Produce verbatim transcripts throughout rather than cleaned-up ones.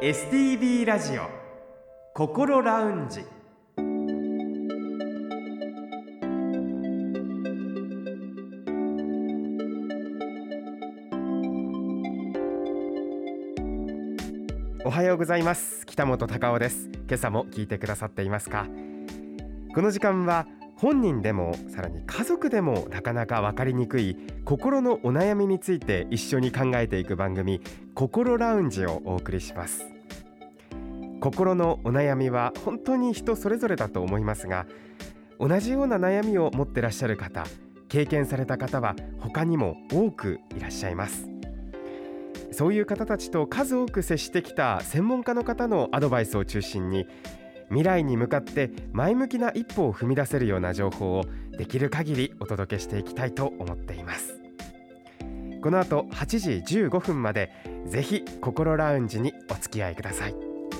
エスティービー ラジオ心ラウンジ。おはようございます。北本孝夫です。今朝も聞いてくださっていますか？この時間は本人でもさらに家族でもなかなか分かりにくい心のお悩みについて一緒に考えていく番組、心ラウンジをお送りします。心のお悩みは本当に人それぞれだと思いますが、同じような悩みを持ってらっしゃる方、経験された方は他にも多くいらっしゃいます。そういう方たちと数多く接してきた専門家の方のアドバイスを中心に、未来に向かって前向きな一歩を踏み出せるような情報をできる限りお届けしていきたいと思っています。この後はちじじゅうごふんまでぜひ心ラウンジにお付き合いください。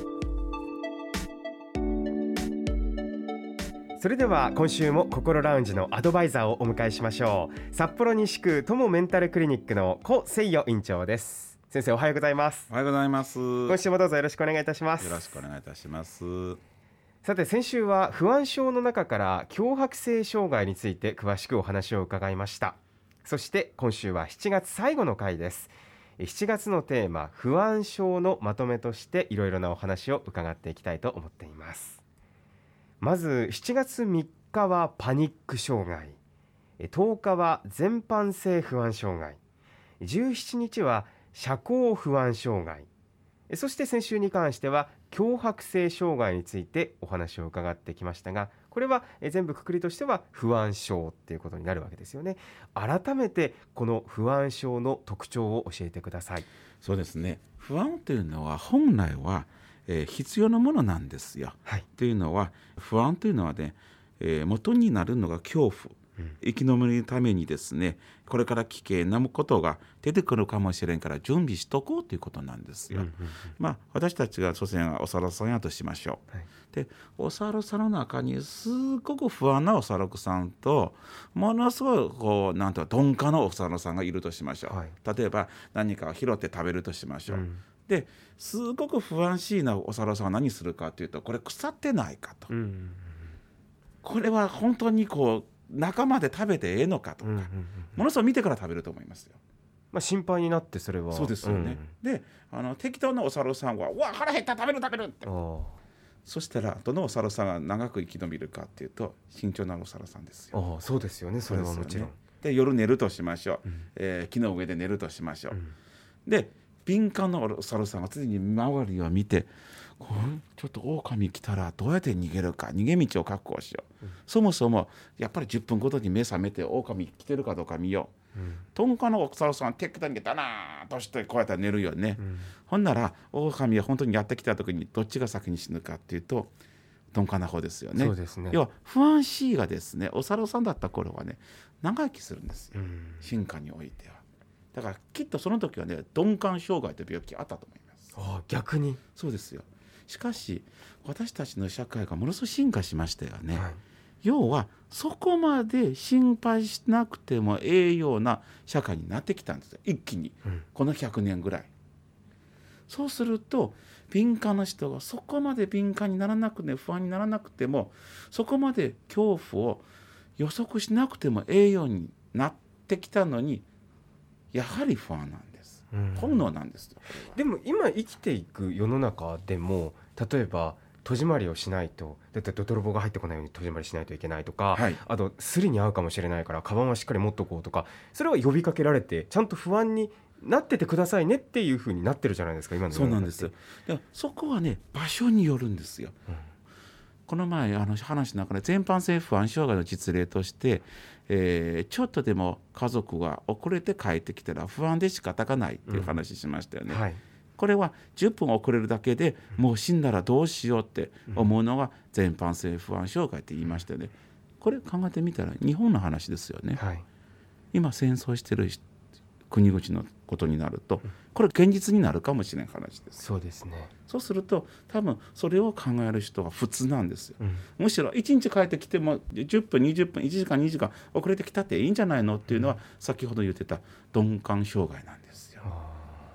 それでは今週も心ラウンジのアドバイザーをお迎えしましょう。札幌西区友メンタルクリニックの古誠代院長です。先生、おはようございます。 おはようございます。 今週もどうぞよろしくお願いいたします。 よろしくお願いいたします。 さて、先週は不安症の中から強迫性障害について詳しくお話を伺いました。そして今週はしちがつ最後の回です。しちがつのテーマ、不安症のまとめとしていろいろなお話を伺っていきたいと思っています。まずしちがつみっかはパニック障害、とおかは全般性不安障害、じゅうしちにちは社交不安障害、そして先週に関しては強迫性障害についてお話を伺ってきましたが、これは全部くくりとしては不安症っていうことになるわけですよね。改めてこの不安症の特徴を教えてください。 そうですね、不安というのは本来は、えー、必要なものなんですよ、はい、というのは不安というのはね、えー、元になるのが恐怖、うん、生き延びるためにですね、これから危険なことが出てくるかもしれんから準備しとこうということなんですよ、うんうんうん、まあ私たちが祖先はお猿さんやとしましょう、はい、でお猿さんの中にすごく不安なお猿さんとものすごいこうなんていうか鈍感なお猿さんがいるとしましょう、はい、例えば何かを拾って食べるとしましょう、うん、ですごく不安しいなお猿さんは何するかというと、これ腐ってないかと、うんうんうん、これは本当にこう仲間で食べてええのかとか、うんうんうん、ものすごい見てから食べると思いますよ。 まあ、心配になってそれはそうですよね、うん、であの適当なお猿さんはうわ腹減った食べる食べるって、そしたらどのお猿さんが長く生き延びるかっていうと慎重なお猿さんですよ。 ああ、そうですよね。それはもちろんで, で夜寝るとしましょう、うんえー、木の上で寝るとしましょう、うん、で敏感なお猿さんが常に周りを見て、これちょっと狼来たらどうやって逃げるか、逃げ道を確保しよう、うん、そもそもやっぱりじゅっぷんごとに目覚めて狼来てるかどうか見よう、うん、トンカのお猿さんは適当にダナーとしてこうやって寝るよね、うん、ほんなら狼は本当にやってきた時にどっちが先に死ぬかっていうと鈍感な方ですよね。 そうですね。 要は不安 C がですね、お猿さんだった頃はね長生きするんですよ、うん、進化においては。だからきっとその時はね鈍感障害という病気あったと思います。 ああ、逆にそうですよ。しかし私たちの社会がものすごく進化しましたよね、はい、要はそこまで心配しなくてもええような社会になってきたんですよ、一気に、うん、このひゃくねんぐらい。そうすると敏感な人がそこまで敏感にならなくて不安にならなくても、そこまで恐怖を予測しなくてもええようになってきたのに、やはり不安なんです、うん、本能なんですよ。 でも今生きていく世の中でも、例えば戸締まりをしないと、だって泥棒が入ってこないように戸締まりしないといけないとか、はい、あとスリに遭うかもしれないからカバンはしっかり持っとこうとか、それは呼びかけられてちゃんと不安になっててくださいねっていう風になってるじゃないですか、今の世の中って。 そうなんですよ。そこはね場所によるんですよ、うん、この前あの話の中で全般性不安障害の実例として、えー、ちょっとでも家族が遅れて帰ってきたら不安で仕方がないっていう話しましたよね、うんはい、これはじゅっぷん遅れるだけでもう死んだらどうしようって思うのが全般性不安障害って言いましたよね。これ考えてみたら日本の話ですよね、はい、今戦争してる国々のことになるとこれ現実になるかもしれない話です。 そうですね。 そうすると多分それを考える人が普通なんですよ、うん、むしろいちにち帰ってきてもじゅっぷんにじゅっぷんいちじかんにじかん遅れてきたっていいんじゃないのっていうのは、うん、先ほど言ってた鈍感障害なんですよ。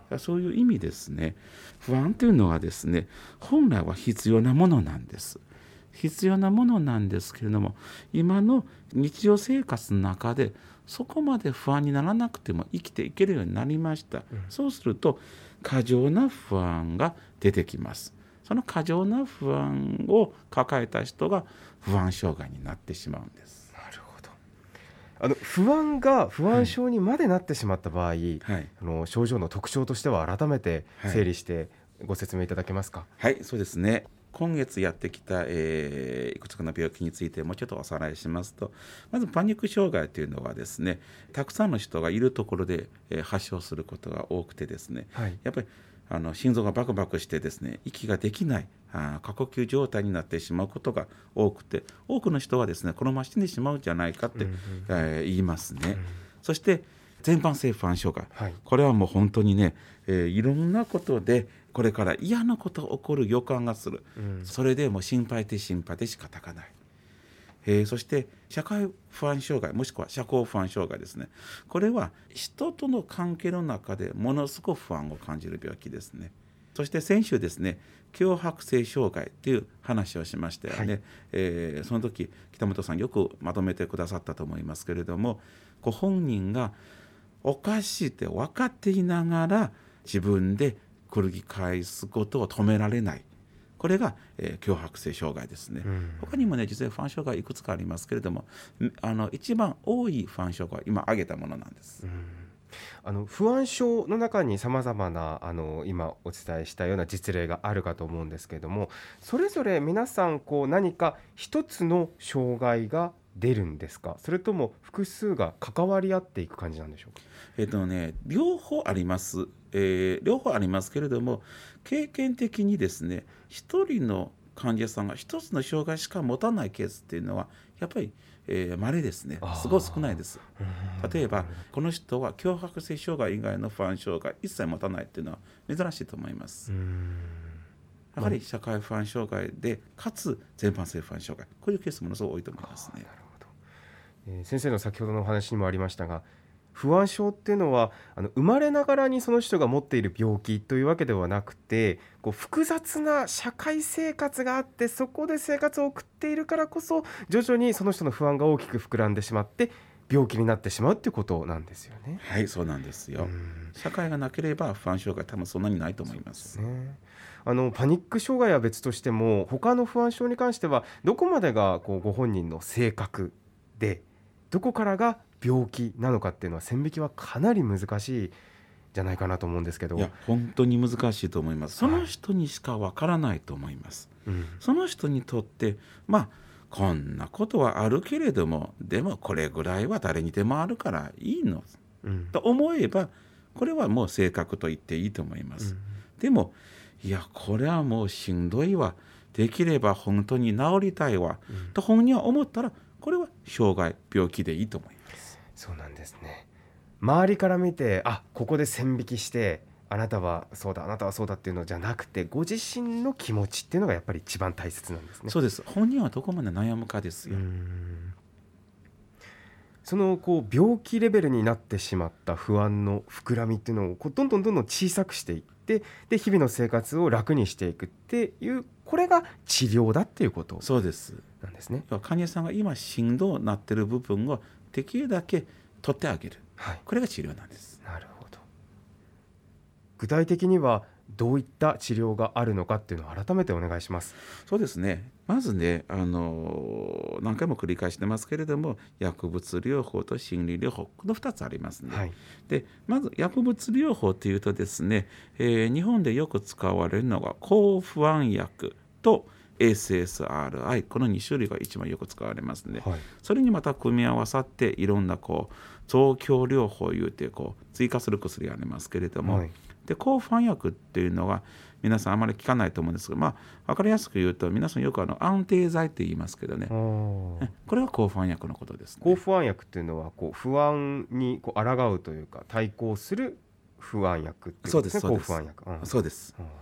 そういう意味ですね、不安というのはですね、本来は必要なものなんです。必要なものなんですけれども、今の日常生活の中でそこまで不安にならなくても生きていけるようになりました。うん、そうすると過剰な不安が出てきます。その過剰な不安を抱えた人が不安障害になってしまうんです。 なるほど。あの不安が不安症にまでなってしまった場合、はい、あの症状の特徴としては改めて整理してご説明いただけますか。 はい、はい、そうですね。今月やってきた、えー、いくつかの病気についてもうちょっとおさらいしますと、まずパニック障害というのはですね、たくさんの人がいるところで、えー、発症することが多くてですね、はい、やっぱりあの心臓がバクバクしてですね、息ができないあ過呼吸状態になってしまうことが多くて、多くの人はですね、このまま死んでしまうんじゃないかって、うんうんえー、言いますね、うん、そして全般性不安障害、はい、これはもう本当にね、えー、いろんなことでこれから嫌なことが起こる予感がする、うん、それでもう心配で心配で仕方がない、えー、そして社会不安障害もしくは社交不安障害ですね。これは人との関係の中でものすごく不安を感じる病気ですね。そして先週ですね、強迫性障害という話をしましたよね、はいえー、その時北本さんよくまとめてくださったと思いますけれども、ご本人がおかしいって分かっていながら自分で繰り返すことを止められない、これが、えー、強迫性障害ですね、うん、他にもね実は不安障害いくつかありますけれども、あの一番多い不安障害は今挙げたものなんです、うん、 あの不安症の中にさまざまなあの今お伝えしたような実例があるかと思うんですけれども、それぞれ皆さんこう何か一つの障害が出るんですか、それとも複数が関わり合っていく感じなんでしょうか。 えっとね、両方あります、えー、両方ありますけれども、経験的にですね、一人の患者さんが一つの障害しか持たないケースっていうのはやっぱり、えー、稀ですね。すごい少ないです。例えばこの人は強迫性障害以外の不安障害一切持たないっていうのは珍しいと思います。やはり社会不安障害でかつ全般性不安障害、こういうケースものすごく多いと思いますね。 なるほど、えー、先生の先ほどのお話にもありましたが、不安症っていうのはあの生まれながらにその人が持っている病気というわけではなくて、こう複雑な社会生活があって、そこで生活を送っているからこそ徐々にその人の不安が大きく膨らんでしまって病気になってしまうっていうことなんですよね。 はい、そうなんですよ。社会がなければ不安障害多分そんなにないと思います。 そうですね。あのパニック障害は別としても他の不安症に関してはどこまでがこうご本人の性格でどこからが病気なのかっていうのは線引きはかなり難しいじゃないかなと思うんですけど。 いや本当に難しいと思います。その人にしかわからないと思います、はいうん、その人にとってまあこんなことはあるけれども、でもこれぐらいは誰にでもあるからいいの、うん、と思えばこれはもう性格と言っていいと思います、うん、でもいやこれはもうしんどいわ、できれば本当に治りたいわ、うん、と本人は思ったらこれは障害病気でいいと思います。 そうなんですね。周りから見てあここで線引きしてあなたはそうだあなたはそうだっていうのじゃなくて、ご自身の気持ちっていうのがやっぱり一番大切なんですね。 そうです。本人はどこまで悩むかですよ。うーんそのこう病気レベルになってしまった不安の膨らみっていうのをこうどんどんどんどん小さくしていって、で日々の生活を楽にしていくっていう、これが治療だっていうことなんですね。 そうです。患者さんが今しんどくなっている部分をできるだけ取ってあげる、はい、これが治療なんです。 なるほど。具体的にはどういった治療があるのかっていうのを改めてお願いします。 そうですね。まずね、あの何回も繰り返してますけれども、薬物療法と心理療法、このふたつありますね、はい、でまず薬物療法というとですね、えー、日本でよく使われるのが抗不安薬と エスエスアールアイ、 このに種類が一番よく使われますね、はい、それにまた組み合わさっていろんなこう増強療法いうてこう追加する薬がありますけれども、はい、で抗不安薬っていうのは皆さんあまり聞かないと思うんですが、まあ、分かりやすく言うと皆さんよくあの安定剤って言いますけどね、これは抗不安薬のことですね。 抗不安薬っていうのはこう不安にこう抗うというか対抗する不安薬っていうことですね。抗不安薬、 うん、そうです。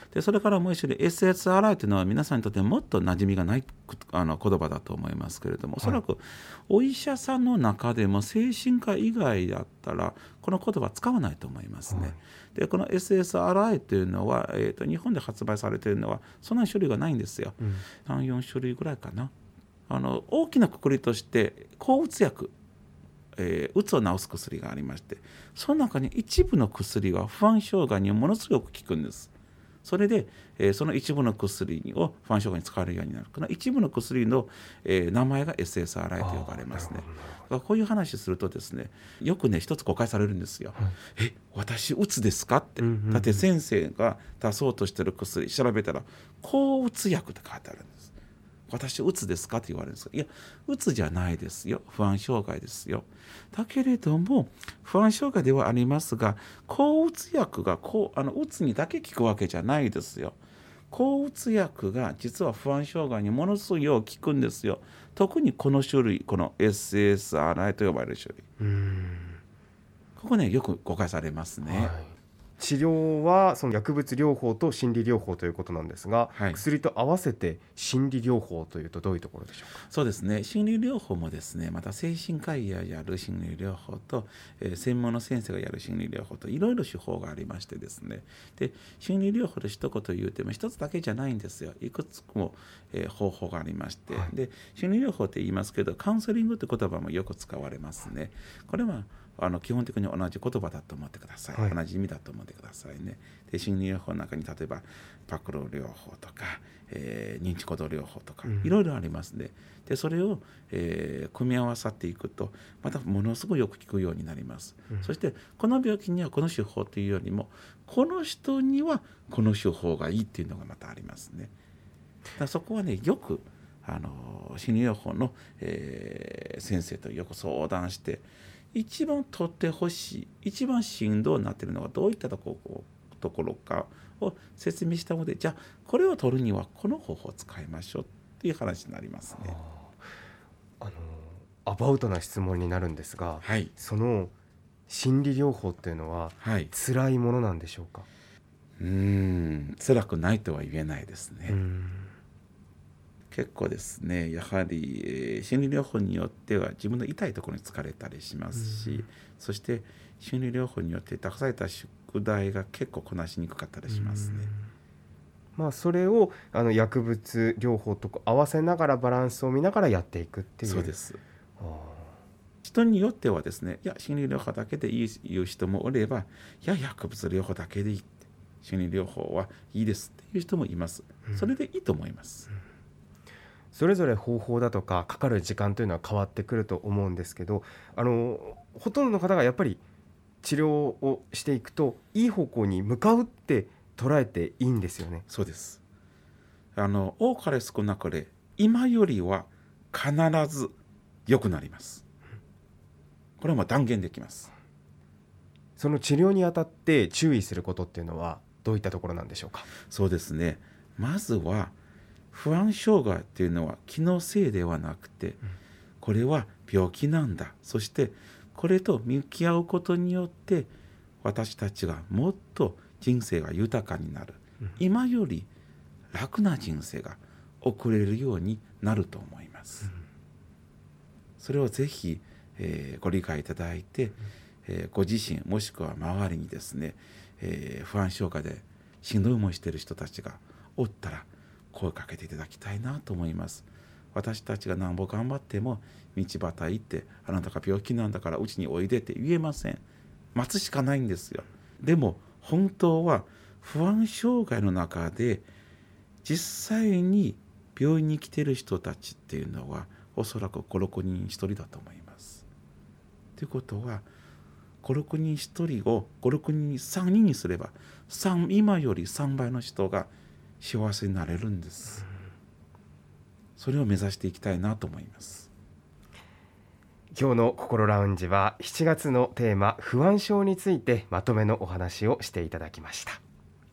でそれからもう一種類 エスエスアールアイ というのは皆さんにとってもっと馴染みがないあの言葉だと思いますけれども、おそらくお医者さんの中でも精神科以外だったらこの言葉は使わないと思いますね。はい、でこの エスエスアールアイ というのは、えー、と日本で発売されているのはそんなに種類がないんですよ。うん、さん、よん種類ぐらいかな。あの大きな括りとして抗うつ薬、えー、うつを治す薬がありまして、その中に一部の薬は不安障害にものすごく効くんです。それで、えー、その一部の薬を不安障害に使われるようになる。この一部の薬の、えー、名前が エスエスアールアイ と呼ばれますね。だからこういう話するとですね、よくね一つ誤解されるんですよ。はい、え私うつですかって、うんうんうん、だって先生が出そうとしてる薬調べたら抗うつ薬って書いてあるんです。私うつですかって言われるんですが、いやうつじゃないですよ、不安障害ですよ。だけれども不安障害ではありますが、抗うつ薬がこうあのうつにだけ効くわけじゃないですよ。抗うつ薬が実は不安障害にものすごいよう効くんですよ。特にこの種類、この エスエスアールアイ と呼ばれる種類、うーんここねよく誤解されますね。はい、 治療はその薬物療法と心理療法ということなんですが、はい、薬と合わせて心理療法というとどういうところでしょうか。 そうですね、心理療法もですね、また精神科医がやる心理療法と、えー、専門の先生がやる心理療法といろいろ手法がありましてですね、で心理療法で一言言うても一つだけじゃないんですよ。いくつも、えー、方法がありまして、はい、で心理療法って言いますけどカウンセリングって言葉もよく使われますね。これはあの基本的に同じ言葉だと思ってください。はい、同じ意味だと思ってくださいね。で心理療法の中に例えばパクロ療法とか、えー、認知行動療法とかいろいろありますね。でそれを、えー、組み合わさっていくとまたものすごくよく効くようになります。うん、そしてこの病気にはこの手法というよりもこの人にはこの手法がいいっていうのがまたありますね。だからそこはねよくあの心理療法の、えー、先生とよく相談して一番取ってほしい、一番しんどになっているのがどういったところ、ところかを説明したので、じゃあこれを取るにはこの方法を使いましょうっていう話になりますね。 あのアバウトな質問になるんですが、 はい、 その心理療法っていうのは辛いものなんでしょうか。 うーん辛くないとは言えないですね。結構ですね、やはり、えー、心理療法によっては自分の痛いところに疲れたりしますし、うん、そして心理療法によって託された宿題が結構こなしにくかったりしますね。 うん、まあ、それをあの薬物療法と合わせながらバランスを見ながらやっていくっていう。 そうです。人によってはですね、いや心理療法だけでいいいう人もおれば、いや薬物療法だけでいいって、心理療法はいいですっていう人もいます。それでいいと思います。うんうん、 それぞれ方法だとかかかる時間というのは変わってくると思うんですけど、あのほとんどの方がやっぱり治療をしていくといい方向に向かうって捉えていいんですよね。 そうです。あの多かれ少なかれ今よりは必ず良くなります。これはもう断言できます。 その治療にあたって注意することっていうのはどういったところなんでしょうか。 そうですね、まずは不安障害っていうのは気のせいではなくて、これは病気なんだ。そしてこれと向き合うことによって私たちがもっと人生が豊かになる、うん、今より楽な人生が送れるようになると思います。うん、それをぜひ、えー、ご理解いただいて、うん、えー、ご自身もしくは周りにですね、えー、不安障害でしんどい思いしている人たちがおったら声かけていただきたいなと思います。私たちがなんぼ頑張っても道端行ってあなたが病気なんだからうちにおいでって言えません。待つしかないんですよ。でも本当は不安障害の中で実際に病院に来ている人たちっていうのはおそらくご、ろくにんひとりだと思います。ということはご、ろくにんひとりをご、ろくにんさんにんにすればさん今よりさんばいの人が幸せになれるんです。それを目指していきたいなと思います。 今日の心ラウンジはしちがつのテーマ不安症についてまとめのお話をしていただきました。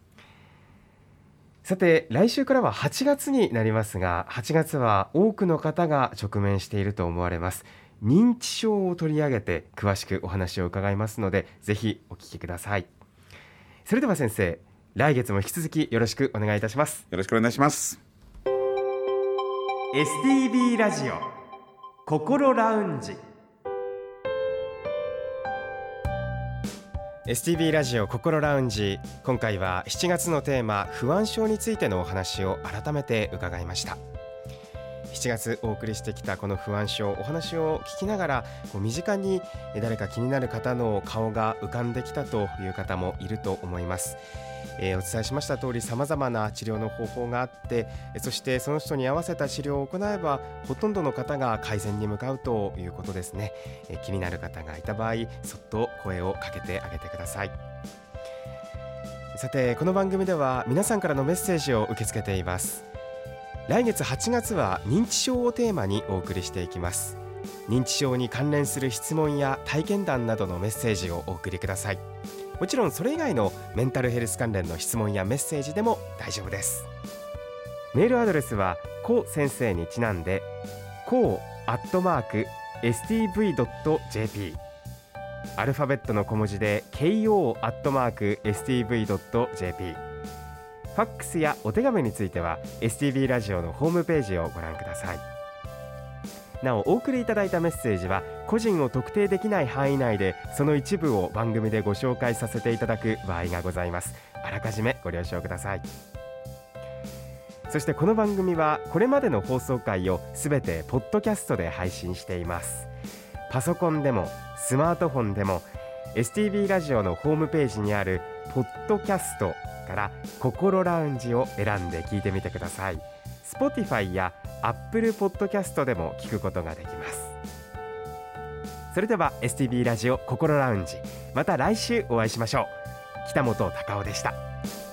さて来週からははちがつになりますが、はちがつは多くの方が直面していると思われます認知症を取り上げて詳しくお話を伺いますので、ぜひお聞きください。それでは先生、 来月も引き続きよろしくお願いいたします。 よろしくお願いします。 エスティービー ラジオ心ラウンジ。 エスティービー ラジオ心ラウンジ、今回はしちがつのテーマ不安症についてのお話を改めて伺いました。しちがつお送りしてきたこの不安症、お話を聞きながらこう身近に誰か気になる方の顔が浮かんできたという方もいると思います。えー、お伝えしました通り様々な治療の方法があって、そしてその人に合わせた治療を行えばほとんどの方が改善に向かうということですね。えー、気になる方がいた場合そっと声をかけてあげてください。さて、この番組では皆さんからのメッセージを受け付けています。来月はちがつは認知症をテーマにお送りしていきます。認知症に関連する質問や体験談などのメッセージをお送りください。もちろんそれ以外のメンタルヘルス関連の質問やメッセージでも大丈夫です。メールアドレスはコウ先生にちなんでコウアットマーク エスティーブイドットジェーピー、 アルファベットの小文字で ケーオーアットマーク エスティーブイドットジェーピー。 ファックスやお手紙については エスティービー ラジオのホームページをご覧ください。なお、お送りいただいたメッセージは個人を特定できない範囲内でその一部を番組でご紹介させていただく場合がございます。あらかじめご了承ください。そしてこの番組はこれまでの放送回をすべてポッドキャストで配信しています。パソコンでもスマートフォンでも エスティービー ラジオのホームページにあるポッドキャストから心ラウンジを選んで聞いてみてください。Spotify や Apple Podcast でも聞くことができます。それでは エスティービー ラジオ心ラウンジ、また来週お会いしましょう。北本隆夫でした。